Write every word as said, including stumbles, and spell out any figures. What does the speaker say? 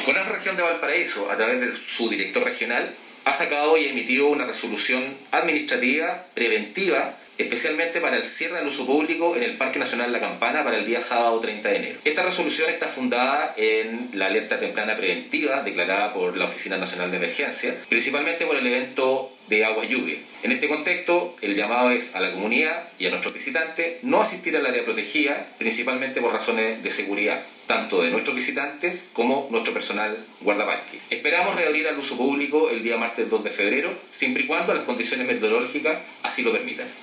CONAF Región de Valparaíso, a través de su director regional, ha sacado y emitido una resolución administrativa preventiva especialmente para el cierre del uso público en el Parque Nacional La Campana para el día sábado treinta de enero. Esta resolución está fundada en la alerta temprana preventiva declarada por la Oficina Nacional de Emergencia, principalmente por el evento de agua lluvia. En este contexto, el llamado es a la comunidad y a nuestros visitantes no asistir al área protegida, principalmente por razones de seguridad, tanto de nuestros visitantes como nuestro personal guardaparque. Esperamos reabrir al uso público el día martes dos de febrero, siempre y cuando las condiciones meteorológicas así lo permitan.